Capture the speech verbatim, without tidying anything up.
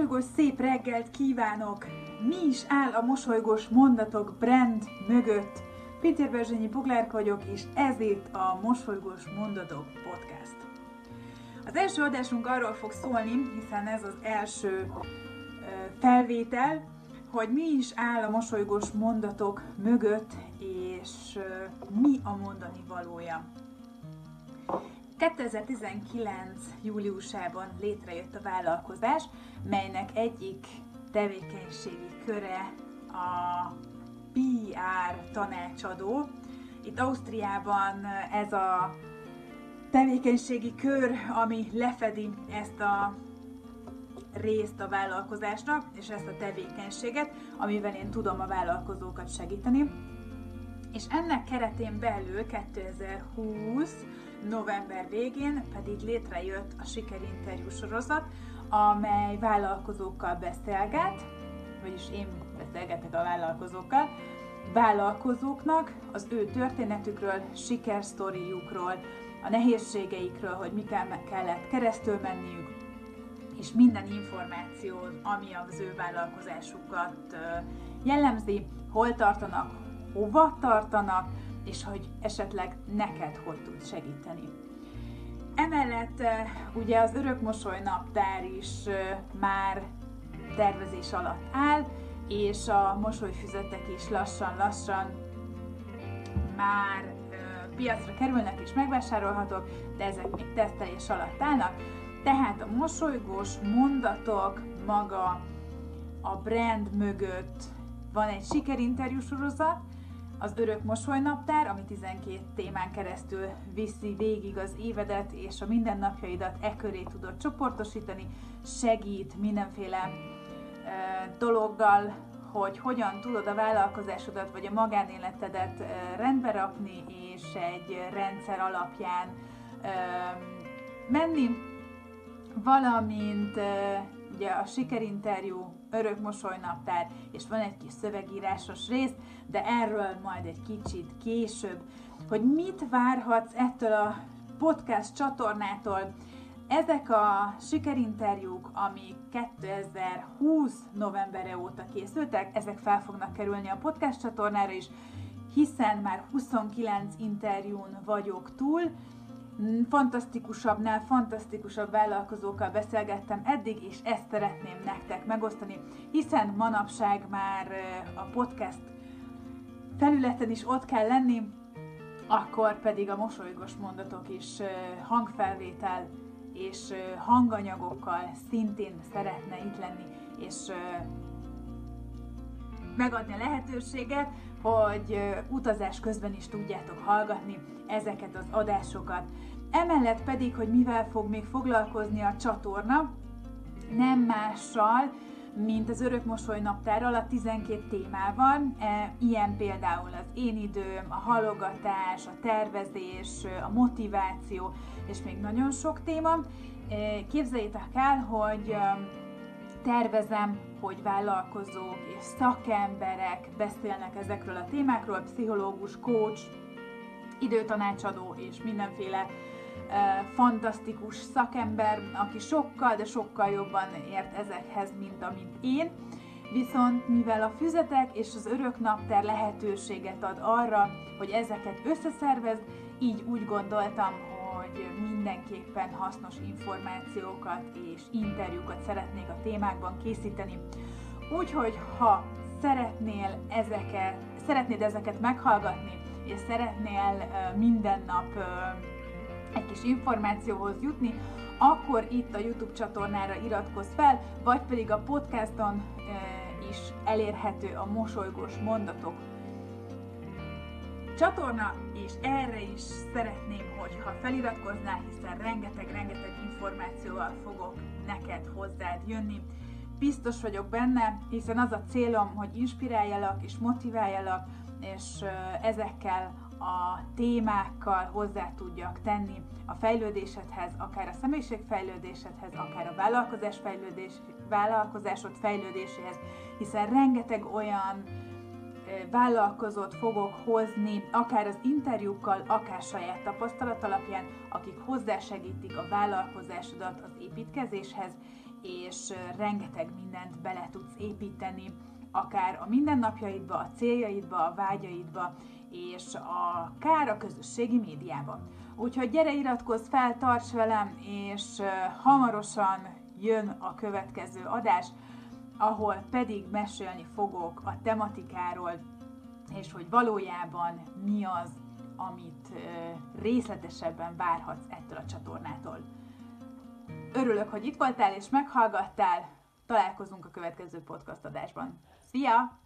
Mosolygós szép reggelt kívánok! Mi is áll a Mosolygós Mondatok brand mögött? Pintér Berzsenyi Boglárka vagyok, és ezért a Mosolygós Mondatok podcast. Az első adásunk arról fog szólni, hiszen ez az első felvétel, hogy mi is áll a Mosolygós Mondatok mögött, és mi a mondani valója. kétezer-tizenkilenc. júliusában létrejött a vállalkozás, melynek egyik tevékenységi köre a pé er tanácsadó. Itt Ausztriában ez a tevékenységi kör, ami lefedi ezt a részt a vállalkozásnak, és ezt a tevékenységet, amivel én tudom a vállalkozókat segíteni. És ennek keretén belül kétezer-húsz. november végén pedig létrejött a Sikerinterjú sorozat, amely vállalkozókkal beszélget, vagyis én beszélgetek a vállalkozókkal, vállalkozóknak az ő történetükről, sikersztoriukról, a nehézségeikről, hogy miken kellett keresztül menniük, és minden információ, ami az ő vállalkozásukat jellemzi, hol tartanak, hova tartanak, és hogy esetleg neked hogy tud segíteni. Emellett ugye az Örök Mosoly naptár is már tervezés alatt áll, és a mosolyfüzetek is lassan-lassan már piacra kerülnek és megvásárolhatók, de ezek még tesztelés alatt állnak. Tehát a Mosolygós Mondatok maga a brand mögött van egy sikerinterjú sorozat, az Örök Mosoly naptár, ami tizenkét témán keresztül viszi végig az évedet, és a mindennapjaidat e köré tudod csoportosítani, segít mindenféle e, dologgal, hogy hogyan tudod a vállalkozásodat vagy a magánéletedet e, rendbe rakni, és egy rendszer alapján e, menni, valamint e, ugye a sikerinterjú, Örök Mosoly naptár, és van egy kis szövegírásos rész, de erről majd egy kicsit később, hogy mit várhatsz ettől a podcast csatornától. Ezek a sikerinterjúk, amik kétezer-húsz. novembere óta készültek, ezek fel fognak kerülni a podcast csatornára is, hiszen már huszonkilenc interjún vagyok túl, fantasztikusabbnál fantasztikusabb vállalkozókkal beszélgettem eddig, és ezt szeretném nektek megosztani, hiszen manapság már a podcast felületen is ott kell lenni, akkor pedig a Mosolygós Mondatok is hangfelvétel és hanganyagokkal szintén szeretne itt lenni, és megadni a lehetőséget, hogy utazás közben is tudjátok hallgatni ezeket az adásokat. Emellett pedig, hogy mivel fog még foglalkozni a csatorna, nem mással, mint az Örök Mosoly naptárral, a tizenkét témával, ilyen például az én időm, a halogatás, a tervezés, a motiváció, és még nagyon sok téma. Képzeljétek el, hogy tervezem, hogy vállalkozók és szakemberek beszélnek ezekről a témákról, pszichológus, coach, időtanácsadó és mindenféle uh, fantasztikus szakember, aki sokkal, de sokkal jobban ért ezekhez, mint amit én. Viszont mivel a füzetek és az örök naptár lehetőséget ad arra, hogy ezeket összeszervezd, így úgy gondoltam, hogy mindenképpen hasznos információkat és interjúkat szeretnék a témákban készíteni. Úgyhogy ha szeretnél ezeket, szeretnéd ezeket meghallgatni, és szeretnél minden nap egy kis információhoz jutni, akkor itt a YouTube csatornára iratkozz fel, vagy pedig a podcaston is elérhető a Mosolygós Mondatok csatorna, és erre is szeretném, hogyha feliratkoznál, hiszen rengeteg-rengeteg információval fogok neked hozzád jönni. Biztos vagyok benne, hiszen az a célom, hogy inspiráljalak és motiváljalak, és ezekkel a témákkal hozzá tudjak tenni a fejlődésedhez, akár a személyiségfejlődésedhez, akár a vállalkozás fejlődés, vállalkozásod fejlődéséhez, hiszen rengeteg olyan vállalkozót fogok hozni, akár az interjúkkal, akár saját tapasztalat alapján, akik hozzásegítik a vállalkozásodat az építkezéshez, és rengeteg mindent bele tudsz építeni, akár a mindennapjaidba, a céljaidba, a vágyaidba, és akár a közösségi médiába. Úgyhogy gyere, iratkozz fel, tarts velem, és hamarosan jön a következő adás, ahol pedig mesélni fogok a tematikáról, és hogy valójában mi az, amit részletesebben várhatsz ettől a csatornától. Örülök, hogy itt voltál és meghallgattál, találkozunk a következő podcast adásban. Szia!